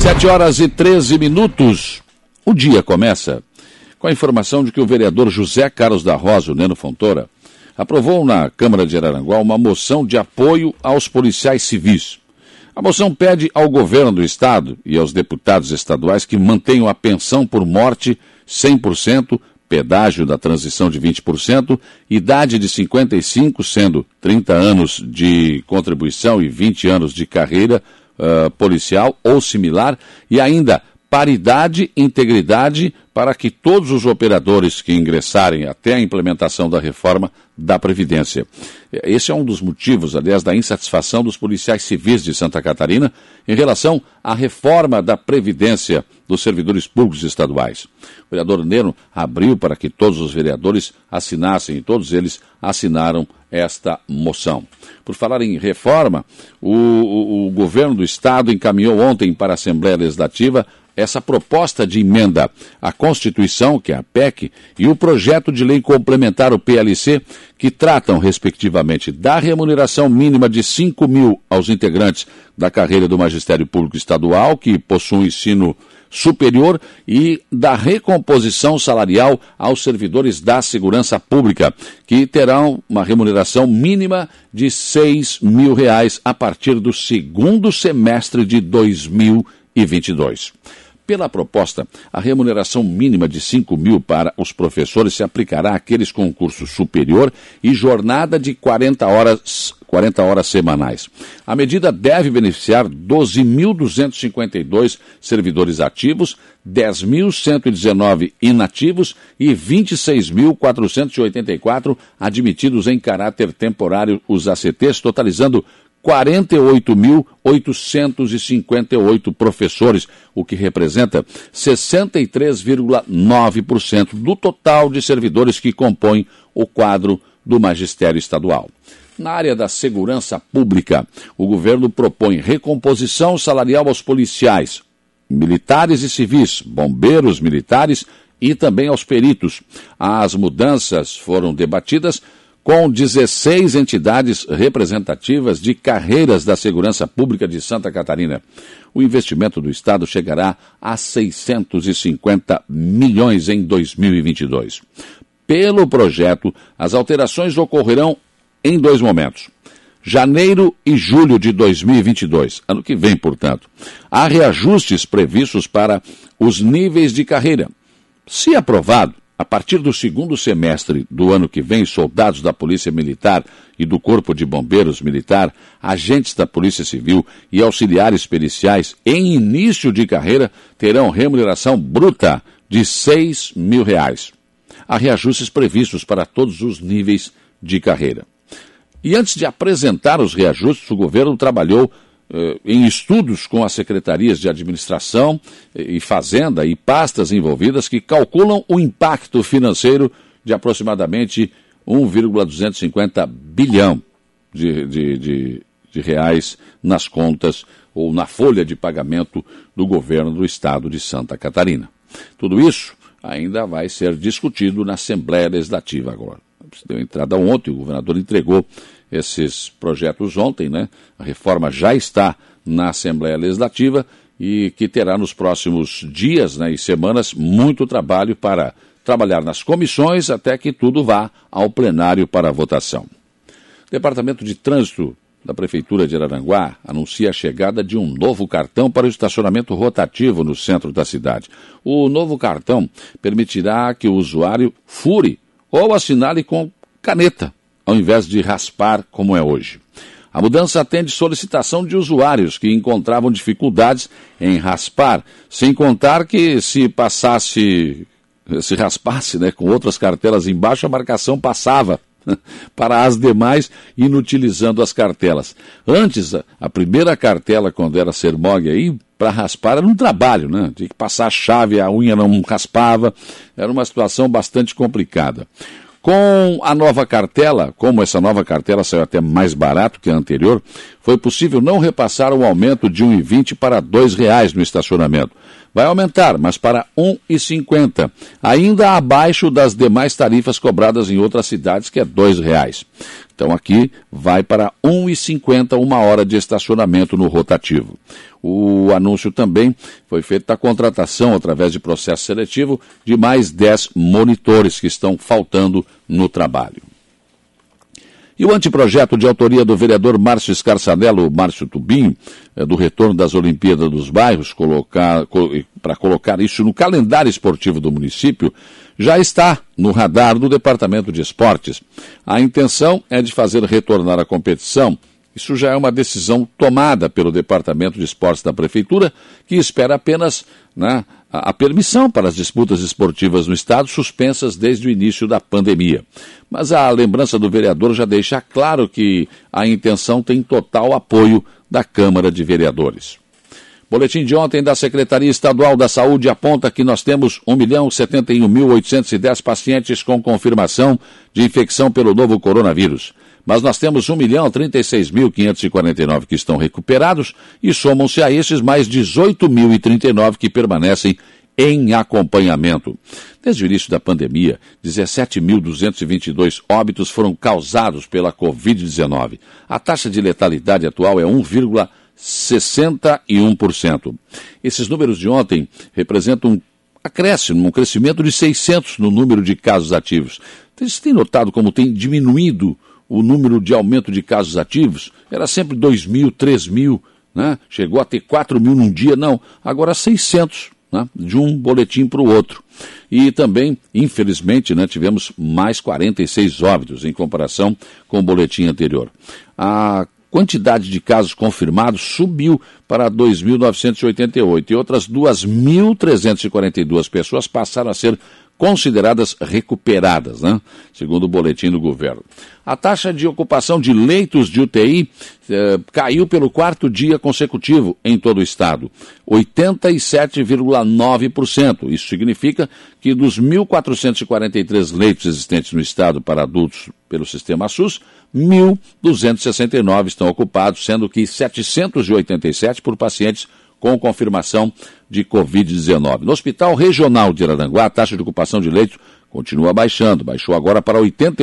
7h13. O dia começa com a informação de que o vereador José Carlos da Rosa, o Neno Fontoura, aprovou na Câmara de Araranguá uma moção de apoio aos policiais civis. A moção pede ao governo do estado e aos deputados estaduais que mantenham a pensão por morte 100%, pedágio da transição de 20%, idade de 55, sendo 30 anos de contribuição e 20 anos de carreira policial ou similar, e ainda paridade e integridade para que todos os operadores que ingressarem até a implementação da reforma da Previdência. Esse é um dos motivos, aliás, da insatisfação dos policiais civis de Santa Catarina em relação à reforma da Previdência dos servidores públicos estaduais. O vereador Neno abriu para que todos os vereadores assinassem, e todos eles assinaram esta moção. Por falar em reforma, o governo do estado encaminhou ontem para a Assembleia Legislativa essa proposta de emenda à Constituição, que é a PEC, e o projeto de lei complementar, o PLC, que tratam, respectivamente, da remuneração mínima de 5 mil aos integrantes da carreira do Magistério Público Estadual, que possuem ensino superior, e da recomposição salarial aos servidores da segurança pública, que terão uma remuneração mínima de R$6 mil a partir do segundo semestre de 2022. Pela proposta, a remuneração mínima de 5 mil para os professores se aplicará àqueles com curso superior e jornada de 40 horas semanais. A medida deve beneficiar 12.252 servidores ativos, 10.119 inativos e 26.484 admitidos em caráter temporário, os ACTs, totalizando 48.858 professores, o que representa 63,9% do total de servidores que compõem o quadro do magistério estadual. Na área da segurança pública, o governo propõe recomposição salarial aos policiais, militares e civis, bombeiros militares e também aos peritos. As mudanças foram debatidas com 16 entidades representativas de carreiras da segurança pública de Santa Catarina. O investimento do Estado chegará a 650 milhões em 2022. Pelo projeto, as alterações ocorrerão em 2 momentos. Janeiro e julho de 2022, ano que vem, portanto. Há reajustes previstos para os níveis de carreira. Se aprovado, a partir do segundo semestre do ano que vem, soldados da Polícia Militar e do Corpo de Bombeiros Militar, agentes da Polícia Civil e auxiliares periciais em início de carreira terão remuneração bruta de R$6 mil. Há reajustes previstos para todos os níveis de carreira. E antes de apresentar os reajustes, o governo trabalhou em estudos com as secretarias de administração e fazenda e pastas envolvidas que calculam o impacto financeiro de aproximadamente 1,250 bilhão de reais nas contas ou na folha de pagamento do governo do estado de Santa Catarina. Tudo isso ainda vai ser discutido na Assembleia Legislativa agora. Deu entrada ontem, o governador entregou esses projetos ontem, né? A reforma já está na Assembleia Legislativa e que terá nos próximos dias, né, e semanas muito trabalho para trabalhar nas comissões até que tudo vá ao plenário para a votação. O Departamento de Trânsito da Prefeitura de Araranguá anuncia a chegada de um novo cartão para o estacionamento rotativo no centro da cidade. O novo cartão permitirá que o usuário fure ou assinale com caneta, ao invés de raspar como é hoje. A mudança atende solicitação de usuários que encontravam dificuldades em raspar, sem contar que se raspasse, né, com outras cartelas embaixo, a marcação passava para as demais, inutilizando as cartelas. Antes, a primeira cartela, quando era Sermog, aí, para raspar era um trabalho, né? Tinha que passar a chave, a unha não raspava, era uma situação bastante complicada. Com a nova cartela, como essa nova cartela saiu até mais barato que a anterior, foi possível não repassar o aumento de R$ 1,20 para R$ 2,00 no estacionamento. Vai aumentar, mas para R$ 1,50, ainda abaixo das demais tarifas cobradas em outras cidades, que é R$ 2,00. Então aqui vai para R$ 1,50 uma hora de estacionamento no rotativo. O anúncio também foi feito da contratação, através de processo seletivo, de mais 10 monitores que estão faltando no trabalho. E o anteprojeto de autoria do vereador Márcio Scarsanello, Márcio Tubinho, do retorno das Olimpíadas dos Bairros, para colocar isso no calendário esportivo do município, já está no radar do Departamento de Esportes. A intenção é de fazer retornar a competição. Isso já é uma decisão tomada pelo Departamento de Esportes da Prefeitura, que espera apenas a permissão para as disputas esportivas no Estado, suspensas desde o início da pandemia. Mas a lembrança do vereador já deixa claro que a intenção tem total apoio da Câmara de Vereadores. Boletim de ontem da Secretaria Estadual da Saúde aponta que nós temos 1.071.810 pacientes com confirmação de infecção pelo novo coronavírus. Mas nós temos 1.036.549 que estão recuperados e somam-se a esses mais 18.039 que permanecem em acompanhamento. Desde o início da pandemia, 17.222 óbitos foram causados pela Covid-19. A taxa de letalidade atual é 1,61%. Esses números de ontem representam um crescimento de 600 no número de casos ativos. Vocês têm notado como tem diminuído o número de aumento de casos ativos? Era sempre 2.000, 3.000, né? Chegou a ter 4.000 num dia, não. Agora 600, né? De um boletim para o outro. E também, infelizmente, né, tivemos mais 46 óbitos em comparação com o boletim anterior. A quantidade de casos confirmados subiu para 2.988 e outras 2.342 pessoas passaram a ser consideradas recuperadas, né? Segundo o boletim do governo. A taxa de ocupação de leitos de UTI caiu pelo quarto dia consecutivo em todo o estado, 87,9%. Isso significa que dos 1.443 leitos existentes no estado para adultos pelo sistema SUS, 1.269 estão ocupados, sendo que 787 por pacientes com confirmação de Covid-19. No Hospital Regional de Araranguá, a taxa de ocupação de leitos continua baixando, baixou agora para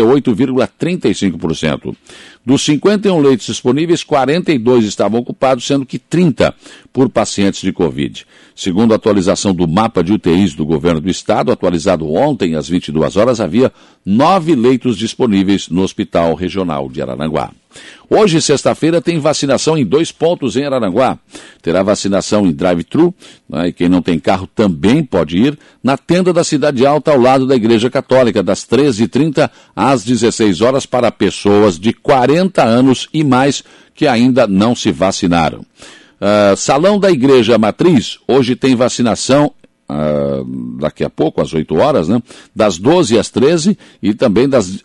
88,35%. Dos 51 leitos disponíveis, 42 estavam ocupados, sendo que 30 por pacientes de Covid. Segundo a atualização do mapa de UTIs do governo do estado, atualizado ontem às 22 horas, havia 9 leitos disponíveis no Hospital Regional de Araranguá. Hoje, sexta-feira, tem vacinação em 2 pontos em Araranguá. Terá vacinação em drive-thru, né, e quem não tem carro também pode ir, na tenda da Cidade Alta, ao lado da Igreja Católica, das 13h30 às 16 horas, para pessoas de 40 anos e mais que ainda não se vacinaram. Salão da Igreja Matriz, hoje tem vacinação daqui a pouco, às 8 horas, né? Das 12 às 13 e também das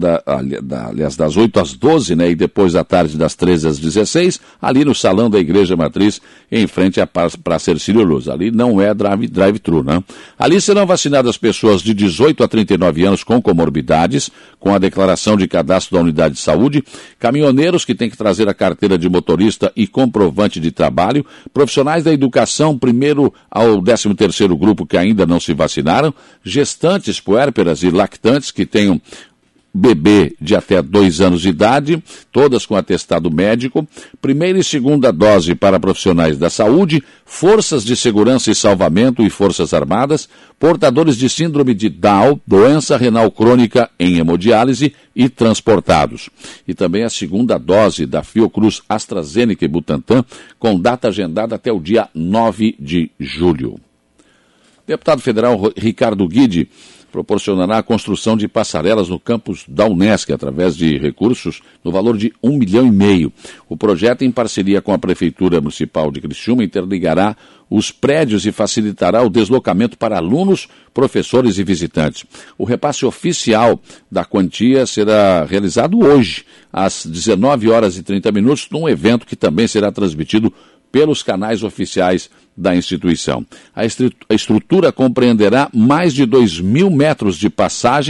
8 às 12, né? E depois da tarde das 13 às 16, ali no Salão da Igreja Matriz, em frente à Praça Hercílio Luz. Ali não é drive-thru, né? Ali serão vacinadas pessoas de 18 a 39 anos com comorbidades, com a declaração de cadastro da unidade de saúde, caminhoneiros que têm que trazer a carteira de motorista e comprovante de trabalho, profissionais da educação, primeiro ao 13º grupo que ainda não se vacinaram, gestantes, puérperas e lactantes que tenham bebê de até 2 anos de idade, todas com atestado médico, primeira e segunda dose para profissionais da saúde, forças de segurança e salvamento e forças armadas, portadores de síndrome de Down, doença renal crônica em hemodiálise e transportados. E também a segunda dose da Fiocruz, AstraZeneca e Butantan, com data agendada até o dia 9 de julho. Deputado federal Ricardo Guidi proporcionará a construção de passarelas no campus da Unesc, através de recursos no valor de R$1,5 milhão. O projeto, em parceria com a Prefeitura Municipal de Criciúma, interligará os prédios e facilitará o deslocamento para alunos, professores e visitantes. O repasse oficial da quantia será realizado hoje, às 19h30, num evento que também será transmitido pelos canais oficiais da instituição. A estrutura compreenderá mais de 2.000 metros de passagens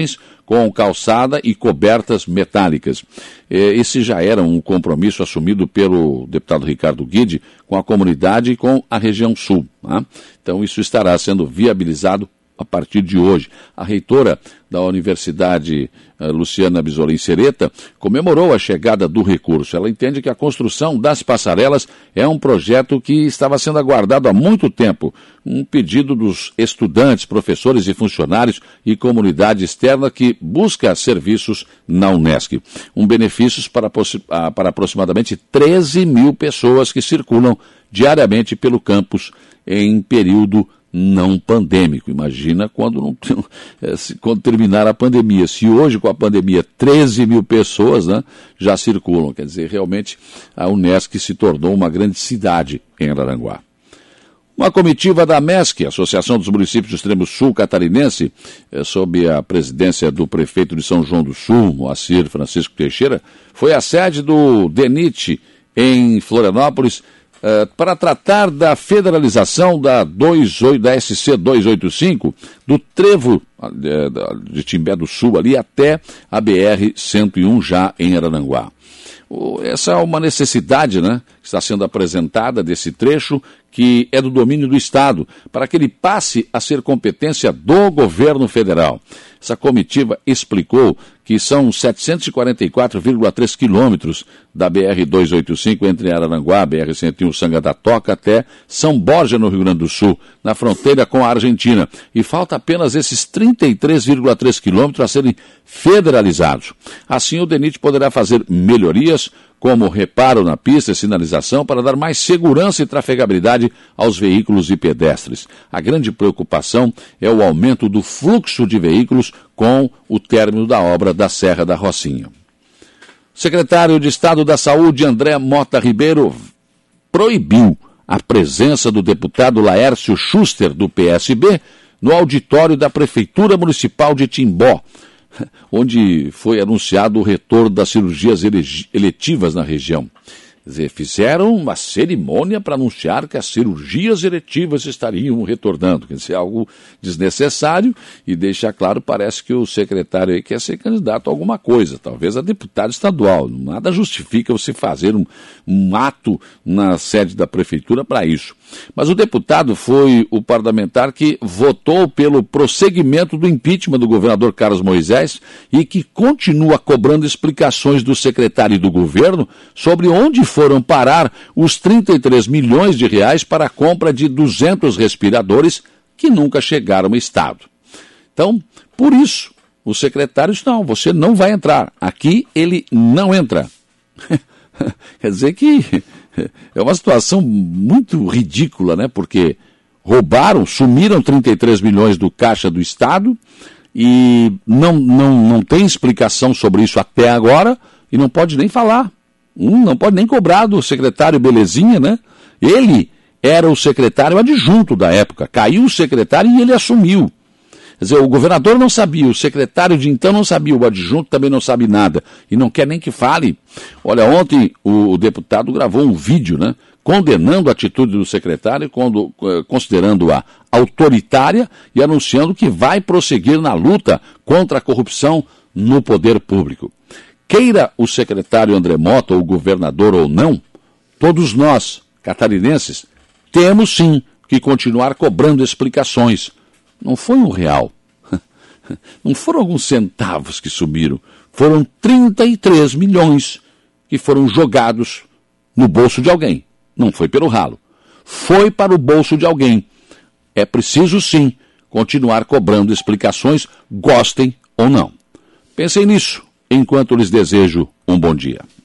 com calçada e cobertas metálicas. Esse já era um compromisso assumido pelo deputado Ricardo Guide com a comunidade e com a região sul. Né? Então isso estará sendo viabilizado a partir de hoje. A reitora da Universidade, Luciana Bisolim Sereta, comemorou a chegada do recurso. Ela entende que a construção das passarelas é um projeto que estava sendo aguardado há muito tempo. Um pedido dos estudantes, professores e funcionários e comunidade externa que busca serviços na Unesc. Benefícios para aproximadamente 13 mil pessoas que circulam diariamente pelo campus em período não pandêmico. Imagina quando terminar a pandemia. Se hoje, com a pandemia, 13 mil pessoas, né, já circulam. Quer dizer, realmente a Unesc se tornou uma grande cidade em Araranguá. Uma comitiva da MESC, Associação dos Municípios do Extremo Sul Catarinense, sob a presidência do prefeito de São João do Sul, Moacir Francisco Teixeira, foi à sede do DENIT em Florianópolis, para tratar da federalização da SC 285, do trevo de Timbé do Sul ali até a BR-101 já em Araranguá. Essa é uma necessidade, né, que está sendo apresentada desse trecho, que é do domínio do Estado, para que ele passe a ser competência do governo federal. Essa comitiva explicou que são 744,3 quilômetros da BR-285 entre Araranguá, BR-101 Sanga da Toca até São Borja, no Rio Grande do Sul, na fronteira com a Argentina. E falta apenas esses 33,3 quilômetros a serem federalizados. Assim, o DENIT poderá fazer melhorias, como reparo na pista e sinalização, para dar mais segurança e trafegabilidade aos veículos e pedestres. A grande preocupação é o aumento do fluxo de veículos com o término da obra da Serra da Rocinha. O secretário de Estado da Saúde, André Mota Ribeiro, proibiu a presença do deputado Laércio Schuster, do PSB, no auditório da Prefeitura Municipal de Timbó, onde foi anunciado o retorno das cirurgias eletivas na região. Quer dizer, fizeram uma cerimônia para anunciar que as cirurgias eletivas estariam retornando. Quer dizer, algo desnecessário e deixa claro, parece que o secretário aí quer ser candidato a alguma coisa, talvez a deputado estadual. Nada justifica você fazer um ato na sede da prefeitura para isso. Mas o deputado foi o parlamentar que votou pelo prosseguimento do impeachment do governador Carlos Moisés e que continua cobrando explicações do secretário e do governo sobre onde foram parar os 33 milhões de reais para a compra de 200 respiradores que nunca chegaram ao Estado. Então, por isso, o secretário disse, não, você não vai entrar. Aqui ele não entra. Quer dizer que é uma situação muito ridícula, né? Porque sumiram 33 milhões do caixa do Estado e não tem explicação sobre isso até agora e não pode nem falar. Não pode nem cobrar do secretário Belezinha, né? Ele era o secretário adjunto da época. Caiu o secretário e ele assumiu. Quer dizer, o governador não sabia, o secretário de então não sabia, o adjunto também não sabe nada. E não quer nem que fale. Olha, ontem o deputado gravou um vídeo, né? Condenando a atitude do secretário, considerando-a autoritária e anunciando que vai prosseguir na luta contra a corrupção no poder público. Queira o secretário André Mota, ou o governador ou não, todos nós, catarinenses, temos sim que continuar cobrando explicações. Não foi R$1, não foram alguns centavos que subiram, foram 33 milhões que foram jogados no bolso de alguém. Não foi pelo ralo, foi para o bolso de alguém. É preciso sim continuar cobrando explicações, gostem ou não. Pensem nisso enquanto lhes desejo um bom dia.